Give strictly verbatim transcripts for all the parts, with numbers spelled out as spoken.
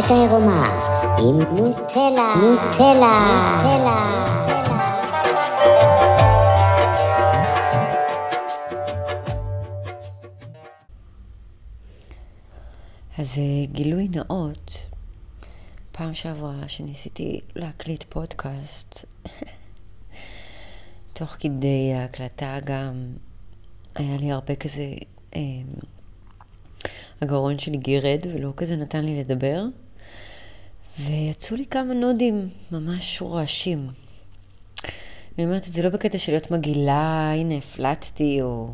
דיאטה עירומה עם נוטלה, נוטלה, נוטלה. אז גילוי נאות, פעם שעברה שניסיתי להקליט פודקאסט, תוך כדי ההקלטה גם היה לי הרבה כזה, אה, הגרון שלי גירד ולא כזה נתן לי לדבר, ויצאו לי כמה נודים ממש רועשים. אני אומרת את זה לא בקטע של להיות מגעילה, הנה הפלטתי, או...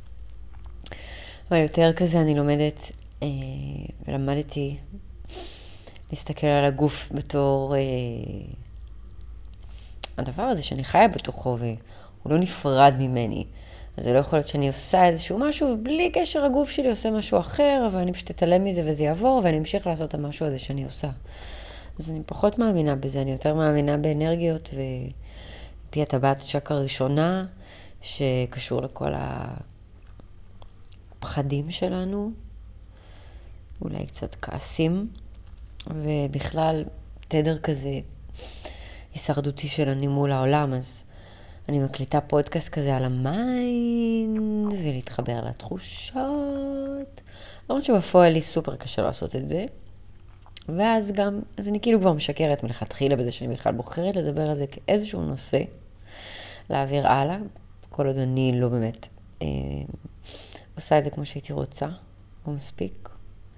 אבל יותר כזה אני לומדת אה, ולמדתי להסתכל על הגוף בתור אה, הדבר הזה שאני חיה בתוכו והוא לא נפרד ממני. אז זה לא יכול להיות שאני עושה איזשהו משהו ובלי קשר הגוף שלי עושה משהו אחר, אבל אני פשוט אתעלם מזה וזה יעבור ואני אמשיך לעשות את המשהו הזה שאני עושה. אז אני פחות מאמינה בזה, אני יותר מאמינה באנרגיות ופי הטבעת צ'קרה ראשונה שקשור לכל הפחדים שלנו, אולי קצת כעסים, ובכלל תדר כזה הישרדותי של אני מול העולם. אז אני מקליטה פודקאסט כזה על המיינד ולהתחבר לתחושות, למרות שבפועל לי סופר קשה לעשות את זה. ואז גם, אז אני כאילו כבר משקרת מלכתחילה בזה שאני בכלל בוחרת לדבר על זה כאיזשהו נושא, להעביר הלאה, כל עוד אני לא באמת אה, עושה את זה כמו שהייתי רוצה, או מספיק.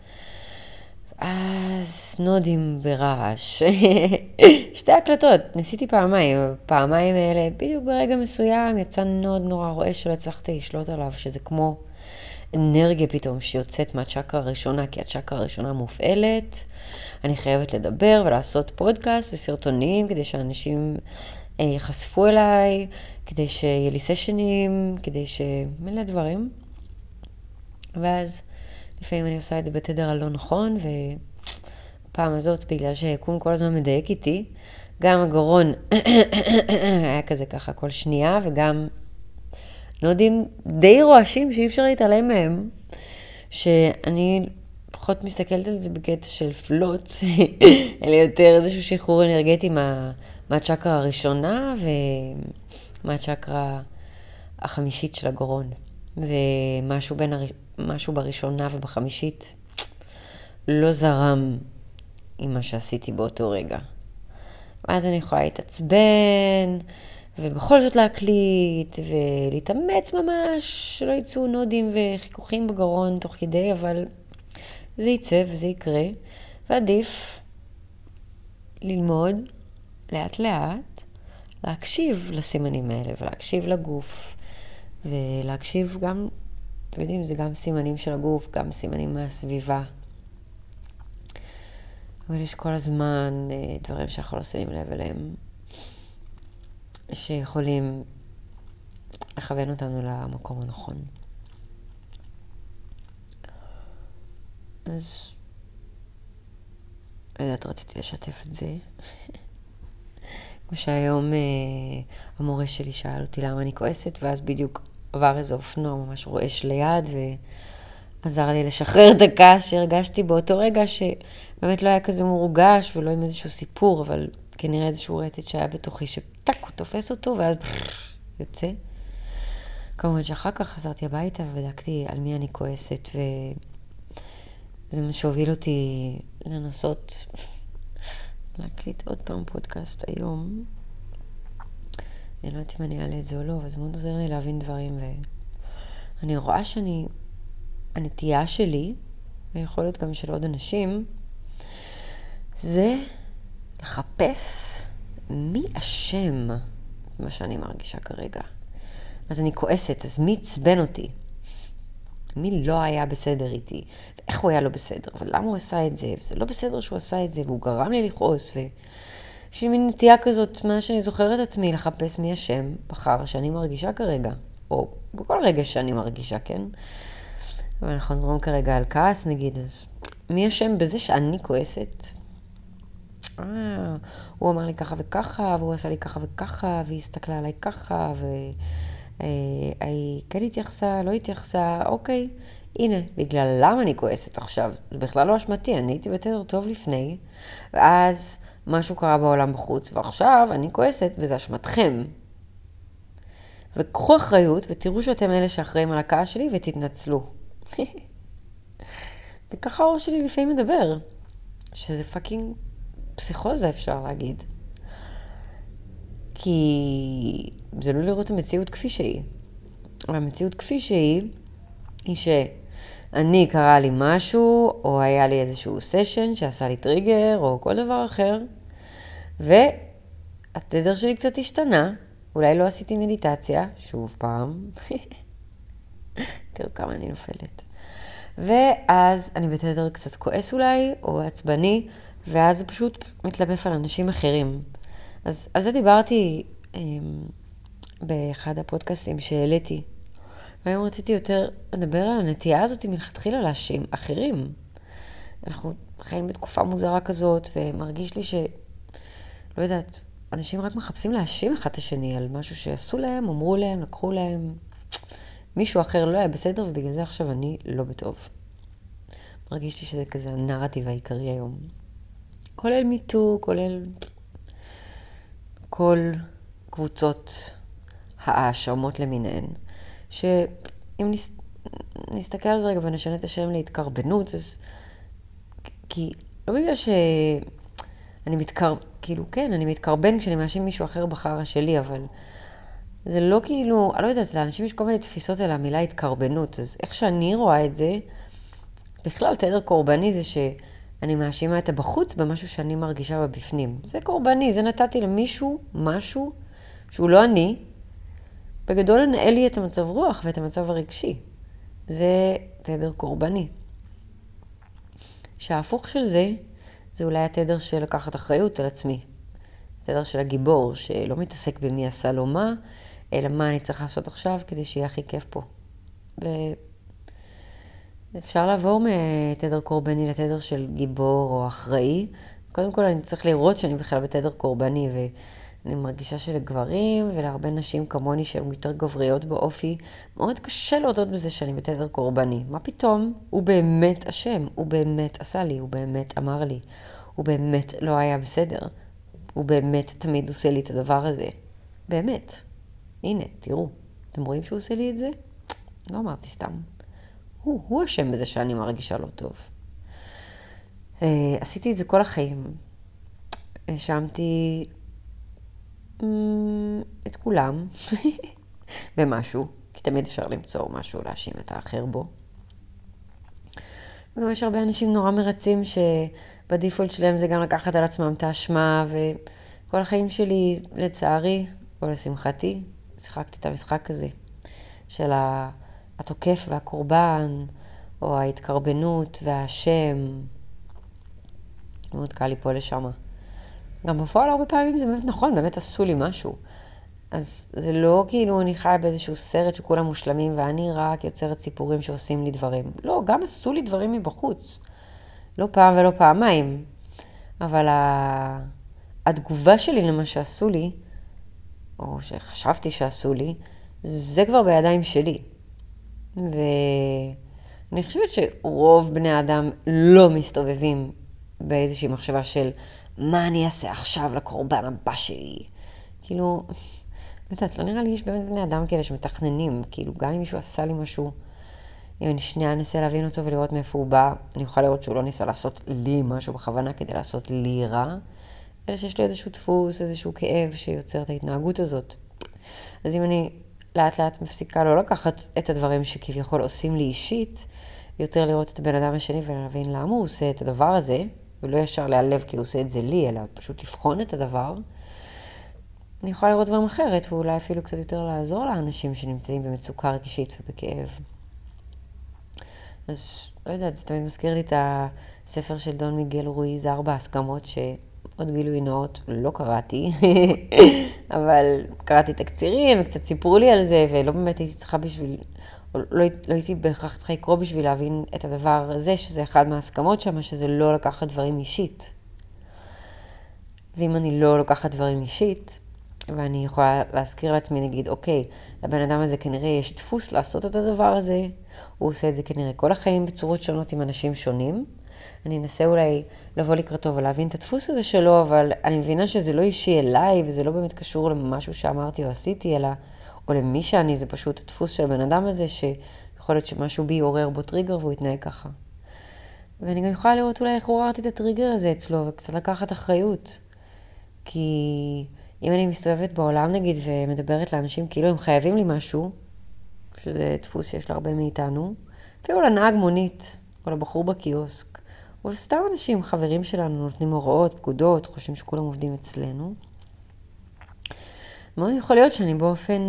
אז נודים ברעש. שתי הקלטות, ניסיתי פעמיים, פעמיים האלה, בדיוק ברגע מסוים יצא נוד נורא רואה שלא הצלחתי לשלוט עליו, שזה כמו אנרגיה פתאום שיוצאת מהצ'קרה הראשונה, כי הצ'קרה הראשונה מופעלת. אני חייבת לדבר ולעשות פודקאסט וסרטונים, כדי שאנשים אה, יחשפו אליי, כדי שיהיה לי סשנים, כדי שמלא דברים. ואז לפעמים אני עושה את זה בתדר הלא נכון, ופעם הזאת, בגלל שיקום כל הזמן מדייק איתי, גם הגרון היה כזה ככה כל שנייה, וגם נודים די רועשים שאי אפשר להתעלם מהם, שאני פחות מסתכלת על זה בקטע של פלוט, אלא יותר איזשהו שחרור אנרגטי מה, מהצ'קרה הראשונה, ומהצ'קרה החמישית של הגרון. ומשהו בין הר... משהו בראשונה ובחמישית לא זרם עם מה שעשיתי באותו רגע. ואז אני יכולה להתעצבן, ובכל זאת להקליט, ולהתאמץ ממש, שלא יצאו נודים וחיכוכים בגרון תוך כדי, אבל זה יצא וזה יקרה, ועדיף ללמוד לאט לאט, להקשיב לסימנים האלה, ולהקשיב לגוף, ולהקשיב גם, אתם יודעים, זה גם סימנים של הגוף, גם סימנים מהסביבה. אבל יש כל הזמן דברים שאנחנו לא שמים לב אליהם, שיכולים לכוון אותנו למקום הנכון. אז יודעת, רציתי לשתף את זה. כמו שהיום המורה שלי שאל אותי למה אני כועסת, ואז בדיוק עבר איזה אופנוע ממש רועש ליד, ועזר לי לשחרר את הכעס שהרגשתי באותו רגע, שבאמת לא היה כזה מורגש, ולא עם איזשהו סיפור, אבל כנראה איזשהו רטט שהיה בתוכי, שטק, הוא תופס אותו, ואז יוצא. כמובן שאחר כך חזרתי הביתה, ובדקתי על מי אני כועסת, וזה מה שהוביל אותי לנסות להקליט עוד פעם פודקאסט היום. אני לא יודעת אם אני אעלה את זה או לא, אבל זה מאוד עוזר לי להבין דברים, ואני רואה שאני, הנטייה שלי, ויכול להיות גם של עוד אנשים, זה לחפש מי אשם מה שאני מרגישה כרגע. אז אני כועסת, אז מי עצבן אותי? מי לא היה בסדר איתי? ואיך הוא היה לא בסדר? ולמה הוא עשה את זה? וזה לא בסדר שהוא עשה את זה, והוא גרם לי לכעוס, ו... יש לי מין נטייה כזאת, מה שאני זוכרת עצמי, לחפש מי השם בחר שאני מרגישה כרגע, או בכל רגע שאני מרגישה, כן? אבל אנחנו נדברים כרגע על כעס, נגיד, אז מי השם בזה שאני כועסת? אה, הוא אמר לי ככה וככה, והוא עשה לי ככה וככה, והיא הסתכלה עליי ככה, והיא כן התייחסה, לא התייחסה, אוקיי, הנה, בגלל למה אני כועסת עכשיו? זה בכלל לא אשמתי, אני הייתי בתדר טוב לפני, ואז משהו קרה בעולם בחוץ, ועכשיו אני כועסת, וזה אשמתכם. וקחו אחריות, ותראו שאתם אלה שאחראים על הכעס שלי, ותתנצלו. וככה האור שלי לפעמים מדבר, שזה פאקינג פסיכוזה אפשר להגיד. כי זה לא לראות את המציאות כפי שהיא. והמציאות כפי שהיא, היא שאני קרה לי משהו, או היה לי איזשהו סשן שעשה לי טריגר, או כל דבר אחר, והתדר שלי קצת השתנה, אולי לא עשיתי מדיטציה, שוב פעם, תראו כמה אני נופלת. ואז אני בתדר קצת כועס אולי, או עצבני, ואז זה פשוט מתלבף על אנשים אחרים. אז על זה דיברתי אמ, באחד הפודקאסטים שהעליתי. והיום רציתי יותר לדבר על הנטייה הזאת מלכתחילה להאשים אחרים. אנחנו חיים בתקופה מוזרה כזאת, ומרגיש לי ש... לא יודעת, אנשים רק מחפשים להאשים אחד את השני על משהו שעשו להם, אמרו להם, לקחו להם. מישהו אחר לא היה בסדר, ובגלל זה עכשיו אני לא בטוב. מרגיש לי שזה כזה הנרטיב העיקרי היום. כולל מיטו, כולל כל קבוצות האשמות למיניהן. שאם נס... נסתכל על זה רגע ונשנה את השם להתקרבנות, אז... כי לא בגלל שאני מתקר... כאילו, כן, אני מתקרבן כשאני מאשים מישהו אחר בחרה שלי, אבל זה לא כאילו, אני לא יודעת, לאנשים יש כל מיני תפיסות על המילה התקרבנות, אז איך שאני רואה את זה, בכלל תדר קורבני זה שאני מאשימה את הבחוץ במשהו שאני מרגישה בבפנים. זה קורבני, זה נתתי למישהו משהו שהוא לא אני, בגדול לנהל לי את המצב רוח ואת המצב הרגשי. זה תדר קורבני. שההפוך של זה, זה אולי התדר של לקחת אחריות על עצמי. התדר של הגיבור, שלא מתעסק במי עשה לו מה, אלא מה אני צריך לעשות עכשיו כדי שיהיה הכי כיף פה. ואפשר לעבור מתדר קורבני לתדר של גיבור או אחראי. קודם כל אני צריך לראות שאני בכלל בתדר קורבני, ואני מרגישה שלגברים ולהרבה נשים כמוני שהן יותר גבריות באופי, מאוד קשה להודות בזה שאני בתדר קורבני. מה פתאום? הוא באמת אשם, הוא באמת עשה לי, הוא באמת אמר לי, הוא באמת לא היה בסדר. הוא באמת תמיד עושה לי את הדבר הזה. באמת. הנה, תראו. אתם רואים שהוא עושה לי את זה? לא אמרתי סתם. הוא, הוא אשם בזה שאני מרגישה לא טוב. Uh, עשיתי את זה כל החיים. האשמתי um, את כולם במשהו, כי תמיד אפשר למצוא משהו להאשים את האחר בו. וגם יש הרבה אנשים נורא מרצים שבדיפולט שלהם זה גם לקחת על עצמם את האשמה, וכל החיים שלי, לצערי, או לשמחתי, שיחקתי את המשחק הזה, של התוקף והקורבן, או ההתקרבנות והשם. מאוד קל ליפול לשם. גם בפועל הרבה פעמים זה באמת נכון, באמת עשו לי משהו. אז זה לא כאילו אני חיה באיזשהו סרט שכולם מושלמים, ואני רק יוצרת סיפורים שעושים לי דברים. לא, גם עשו לי דברים מבחוץ. לא פעם ולא פעמיים. אבל ה... התגובה שלי למה שעשו לי, או שחשבתי שעשו לי, זה כבר בידיים שלי. ואני חושבת שרוב בני האדם לא מסתובבים באיזושהי מחשבה של מה אני אעשה עכשיו לקורבן הבא שלי. כאילו, לא יודעת, לא נראה לי יש באמת בני אדם כאלה שמתכננים. כאילו, גם אם מישהו עשה לי משהו, אם אני שנייה אנסה להבין אותו ולראות מאיפה הוא בא, אני יכולה לראות שהוא לא ניסה לעשות לי משהו בכוונה כדי לעשות לי רע, אלא שיש לי איזשהו דפוס, איזשהו כאב שיוצר את ההתנהגות הזאת. אז אם אני לאט לאט מפסיקה לא לקחת את הדברים שכביכול עושים לי אישית, יותר לראות את הבן אדם השני ולהבין למה הוא עושה את הדבר הזה, ולא ישר להלב כי הוא עושה את זה לי, אלא פשוט לבחון את הדבר, אני יכולה לראות דברים אחרת, ואולי אפילו קצת יותר לעזור לאנשים שנמצאים במצוקה רגשית ובכאב. אז לא יודעת, זה תמיד מזכיר לי את הספר של דון מיגל רואיז, ארבע הסכמות, שעוד גילוי נאות לא קראתי, אבל קראתי תקצירים, וקצת סיפרו לי על זה, ולא באמת הייתי צריכה בשביל, לא, לא הייתי בהכרח צריכה לקרוא בשביל להבין את הדבר הזה, שזה אחד מההסכמות שם, שזה לא לקחת דברים אישית. ואם אני לא לוקחת דברים אישית, ואני יכולה להזכיר לעצמי, נגיד, אוקיי, לבן אדם הזה כנראה יש דפוס לעשות את הדבר הזה, הוא עושה את זה כנראה כל החיים בצורות שונות עם אנשים שונים. אני אנסה אולי לבוא לקראתו ולהבין את הדפוס הזה שלו, אבל אני מבינה שזה לא אישי אליי, וזה לא באמת קשור למשהו שאמרתי או עשיתי, אלא, או למי שאני, זה פשוט הדפוס של הבן אדם הזה, שיכול להיות שמשהו בי עורר בו טריגר והוא יתנהג ככה. ואני גם יכולה לראות אולי איך עוררתי את הטריגר הזה אצלו, וקצת לקחת אחריות. כי אם אני מסתובבת בעולם נגיד ומדברת לאנשים כאילו הם חייבים לי משהו, שזה דפוס שיש להרבה מאיתנו, אפילו לנהג מונית, או לבחור בקיוסק, או לסתם אנשים, חברים שלנו, נותנים הוראות, פקודות, חושבים שכולם עובדים אצלנו. מאוד יכול להיות שאני באופן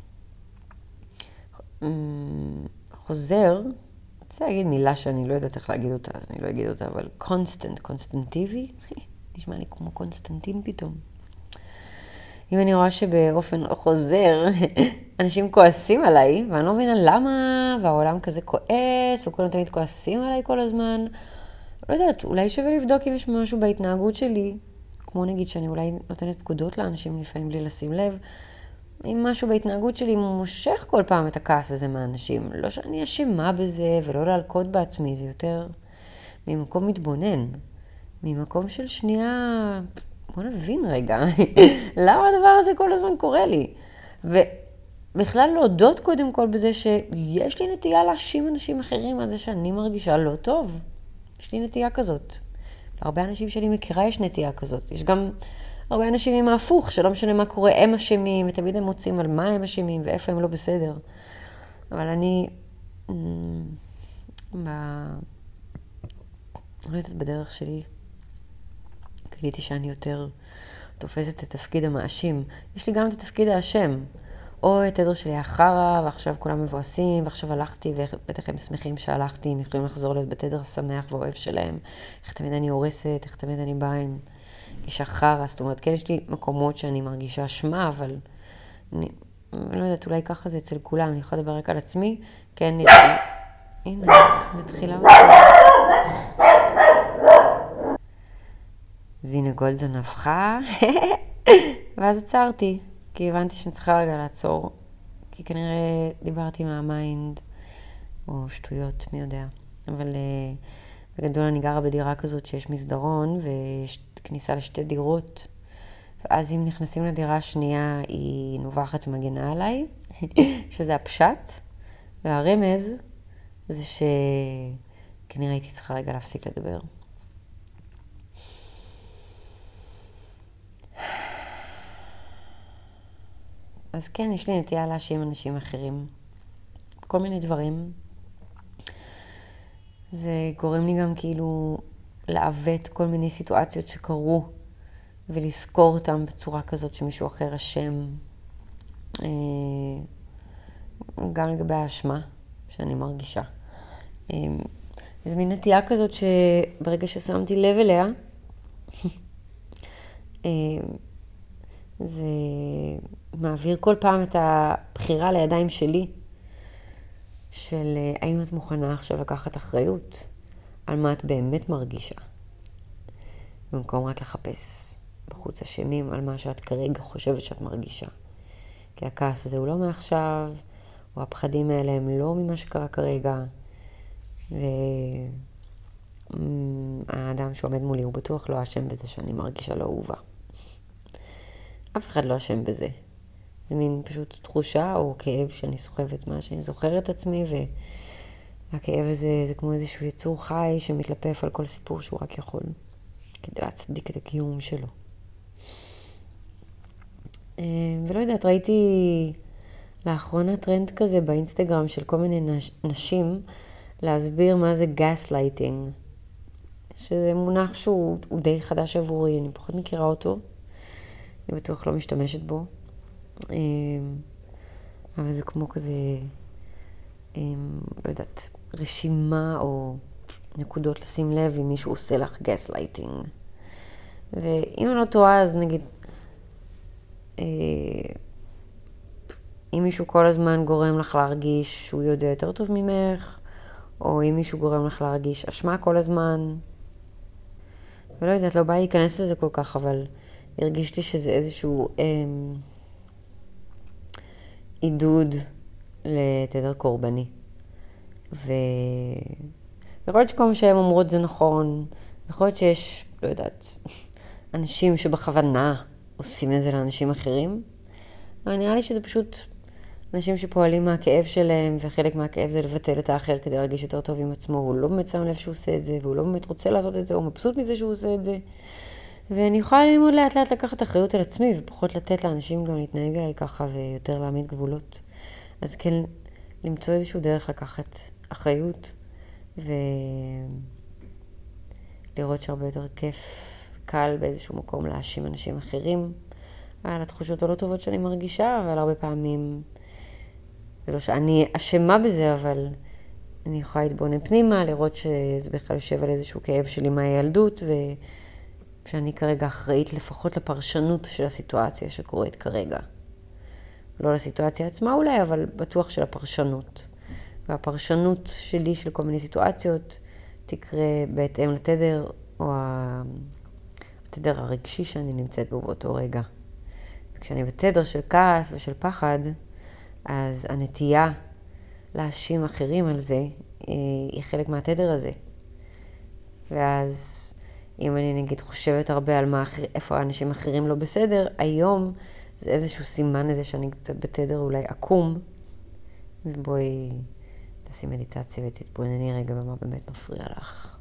חוזר, רוצה להגיד מילה שאני לא יודעת איך להגיד אותה, אז אני לא אגיד אותה, אבל קונסטנט, קונסטנטיבי, נשמע לי כמו קונסטנטין פתאום. אם אני רואה שבאופן חוזר, אנשים כועסים עליי, ואני לא מבינה למה, והעולם כזה כועס, וכולם תמיד כועסים עליי כל הזמן. לא יודעת, אולי שווה לבדוק אם יש משהו בהתנהגות שלי, כמו נגיד שאני אולי נותנת פקודות לאנשים לפעמים בלי לשים לב, אם משהו בהתנהגות שלי מושך כל פעם את הכעס הזה מהאנשים. לא שאני אשמה בזה, ולא להלקות בעצמי, זה יותר ממקום מתבונן, ממקום של שנייה... בוא נבין רגע, למה הדבר הזה כל הזמן קורה לי? ובכלל להודות קודם כל בזה שיש לי נטייה להאשים אנשים אחרים על זה שאני מרגישה לא טוב. יש לי נטייה כזאת. להרבה אנשים שאני מכירה יש נטייה כזאת. יש גם הרבה אנשים עם ההפוך, שלא משנה מה קורה, הם אשמים, ותמיד הם מוצאים על מה הם אשמים ואיפה הם לא בסדר. אבל אני, ב... לא יודעת, בדרך שלי, גיליתי שאני יותר תופסת את תפקיד המאשים. יש לי גם את התפקיד האשם. או את עדר שלי החרה, ועכשיו כולם מבואסים, ועכשיו הלכתי, ובטח הם שמחים שהלכתי, הם יכולים לחזור להיות בתדר שמח ואוהב שלהם. איך תמיד אני הורסת, איך תמיד אני באה עם גישה חרה. זאת אומרת, כן, יש לי מקומות שאני מרגישה אשמה, אבל אני, אני לא יודעת, אולי ככה זה אצל כולם. אני יכולה לדבר רק על עצמי. כן, יש לי... הנה, מתחילה אותי. זינה גולדן הפכה, ואז עצרתי, כי הבנתי שאני צריכה רגע לעצור, כי כנראה דיברתי מהמיינד, או שטויות, מי יודע. אבל uh, בגדול אני גרה בדירה כזאת שיש מסדרון, ויש כניסה לשתי דירות, ואז אם נכנסים לדירה השנייה, היא נובחת ומגנה עליי, שזה הפשט, והרמז זה שכנראה הייתי צריכה רגע להפסיק לדבר. אז כן, יש לי נטייה להאשים אנשים אחרים. כל מיני דברים. זה גורם לי גם כאילו לעוות כל מיני סיטואציות שקרו, ולזכור אותם בצורה כזאת שמישהו אחר אשם. גם לגבי האשמה שאני מרגישה. זו מין נטייה כזאת שברגע ששמתי לב אליה, זה מעביר כל פעם את הבחירה לידיים שלי, של האם את מוכנה עכשיו לקחת אחריות על מה את באמת מרגישה, במקום רק לחפש בחוץ אשמים על מה שאת כרגע חושבת שאת מרגישה. כי הכעס הזה הוא לא מעכשיו, או הפחדים האלה הם לא ממה שקרה כרגע, והאדם שעומד מולי הוא בטוח לא אשם בזה שאני מרגישה לא אהובה. אף אחד לא אשם בזה. זה מין פשוט תחושה או כאב שאני סוחבת מה שאני זוכרת עצמי, והכאב הזה זה כמו איזשהו יצור חי שמתלפף על כל סיפור שהוא רק יכול, כדי להצדיק את הקיום שלו. ולא יודעת, ראיתי לאחרונה טרנד כזה באינסטגרם של כל מיני נשים להסביר מה זה גאסלייטינג, שזה מונח שהוא די חדש עבורי, אני פחות מכירה אותו. אני בטוח לא משתמשת בו. אבל זה כמו כזה, לא יודעת, רשימה או נקודות לשים לב אם מישהו עושה לך גאסלייטינג. ואם אני לא טועה, אז נגיד, אם מישהו כל הזמן גורם לך להרגיש שהוא יודע יותר טוב ממך, או אם מישהו גורם לך להרגיש אשמה כל הזמן, ולא יודעת, לא בא להיכנס לזה כל כך, אבל הרגיש לי שזה איזשהו אה, עידוד לתדר קורבני. ו... יכול להיות שכל מה שהם אומרות זה נכון, יכול להיות שיש, לא יודעת, אנשים שבכוונה עושים את זה לאנשים אחרים, אבל נראה לי שזה פשוט אנשים שפועלים מהכאב שלהם, וחלק מהכאב זה לבטל את האחר כדי להרגיש יותר טוב עם עצמו, הוא לא באמת שם לב שהוא עושה את זה, והוא לא באמת רוצה לעשות את זה, הוא מבסוט מזה שהוא עושה את זה. ואני יכולה ללמוד לאט לאט לקחת אחריות על עצמי, ופחות לתת לאנשים גם להתנהג עליי ככה, ויותר להעמיד גבולות. אז כן, למצוא איזשהו דרך לקחת אחריות, ולראות שהרבה יותר כיף, קל באיזשהו מקום להאשים אנשים אחרים, על התחושות הלא טובות שאני מרגישה, אבל הרבה פעמים, זה לא שאני אשמה בזה, אבל אני יכולה להתבונן פנימה, לראות שזה בכלל יושב על איזשהו כאב שלי מהילדות, ושאני כרגע אחראית לפחות לפרשנות של הסיטואציה שקורית כרגע. לא לסיטואציה עצמה אולי, אבל בטוח של הפרשנות. והפרשנות שלי של כל מיני סיטואציות תקרה בהתאם לתדר, או התדר הרגשי שאני נמצאת בו באותו רגע. וכשאני בתדר של כעס ושל פחד, אז הנטייה להאשים אחרים על זה, היא חלק מהתדר הזה. ואז אם אני נגיד חושבת הרבה על מה, איפה האנשים אחרים לא בסדר, היום זה איזשהו סימן לזה שאני קצת בתדר אולי עקום, ובואי תעשי מדיטציה ותתבונני רגע במה באמת מפריע לך.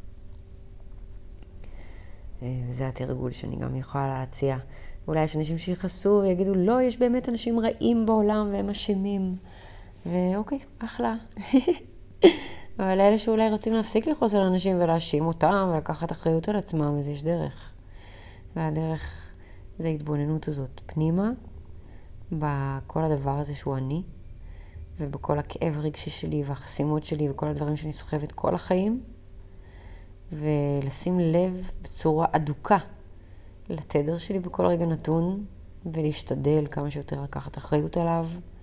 וזה התרגול שאני גם יכולה להציע. אולי יש אנשים שיחסו ויגידו, לא, יש באמת אנשים רעים בעולם והם אשמים. ואוקיי, אחלה. אבל אלה שאולי רוצים להפסיק לכעוס על אנשים ולהאשים אותם ולקחת אחריות על עצמם, אז יש דרך. והדרך זה ההתבוננות הזאת פנימה, בכל הדבר הזה שהוא אני, ובכל הכאב הרגשי שלי והחסימות שלי וכל הדברים שאני סוחבת כל החיים, ולשים לב בצורה אדוקה לתדר שלי בכל רגע נתון, ולהשתדל כמה שיותר לקחת אחריות עליו,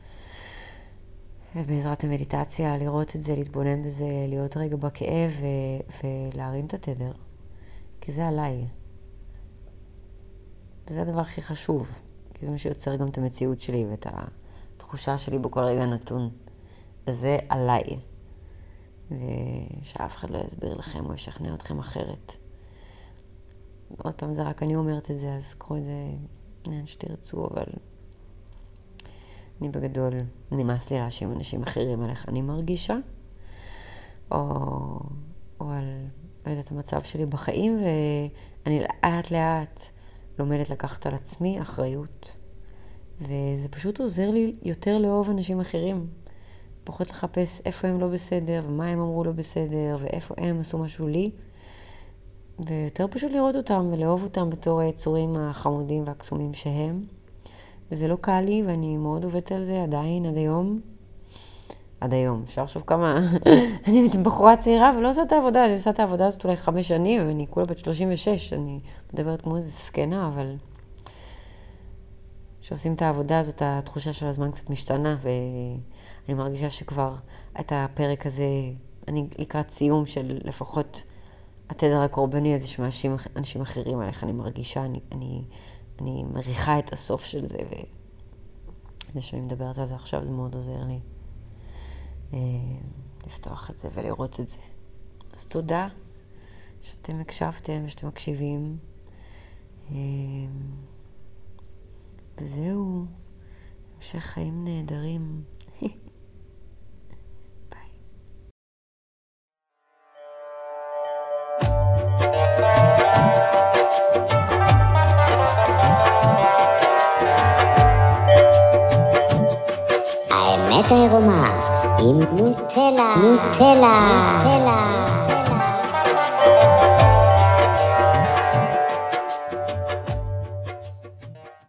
ובעזרת המדיטציה לראות את זה, להתבונן בזה, להיות רגע בכאב ו- ולהרים את התדר, כי זה עליי. וזה הדבר הכי חשוב, כי זה מה שיוצר גם את המציאות שלי ואת התחושה שלי בכל רגע נתון. וזה עליי. ושאף אחד לא יסביר לכם או ישכנע אתכם אחרת. עוד פעם, זה רק אני אומרת את זה, אז קחו את זה לאן שתרצו, אבל אני בגדול, נמאס לי להאשים אנשים אחרים על איך אני מרגישה, או, או על, לא יודעת, המצב שלי בחיים, ואני לאט לאט לומדת לקחת על עצמי אחריות. וזה פשוט עוזר לי יותר לאהוב אנשים אחרים. פחות לחפש איפה הם לא בסדר, ומה הם אמרו לא בסדר, ואיפה הם עשו משהו לי. ויותר פשוט לראות אותם ולאהוב אותם בתור היצורים החמודים והקסומים שהם. וזה לא קל לי, ואני מאוד עובדת על זה עדיין, עד היום. עד היום. אפשר לחשוב כמה... אני בחורה צעירה ולא עושה את העבודה. אני עושה את העבודה הזאת אולי חמש שנים, ואני כולה בת שלושים ושש. אני מדברת כמו איזה סקנה, אבל... שעושים את העבודה הזאת, התחושה של הזמן קצת משתנה, ואני מרגישה שכבר את הפרק הזה, אני לקראת סיום של לפחות התדר הקורבני הזה שמאשים אנשים אחרים עליך, אני מרגישה, אני, אני, אני מריחה את הסוף של זה, וזה שאני מדברת על זה עכשיו, זה מאוד עוזר לי לפתוח את זה ולראות את זה. אז תודה שאתם הקשבתם ושאתם מקשיבים. וזהו, המשך חיים נהדרים. ביי. האמת העירומה עם נוטלה, נוטלה.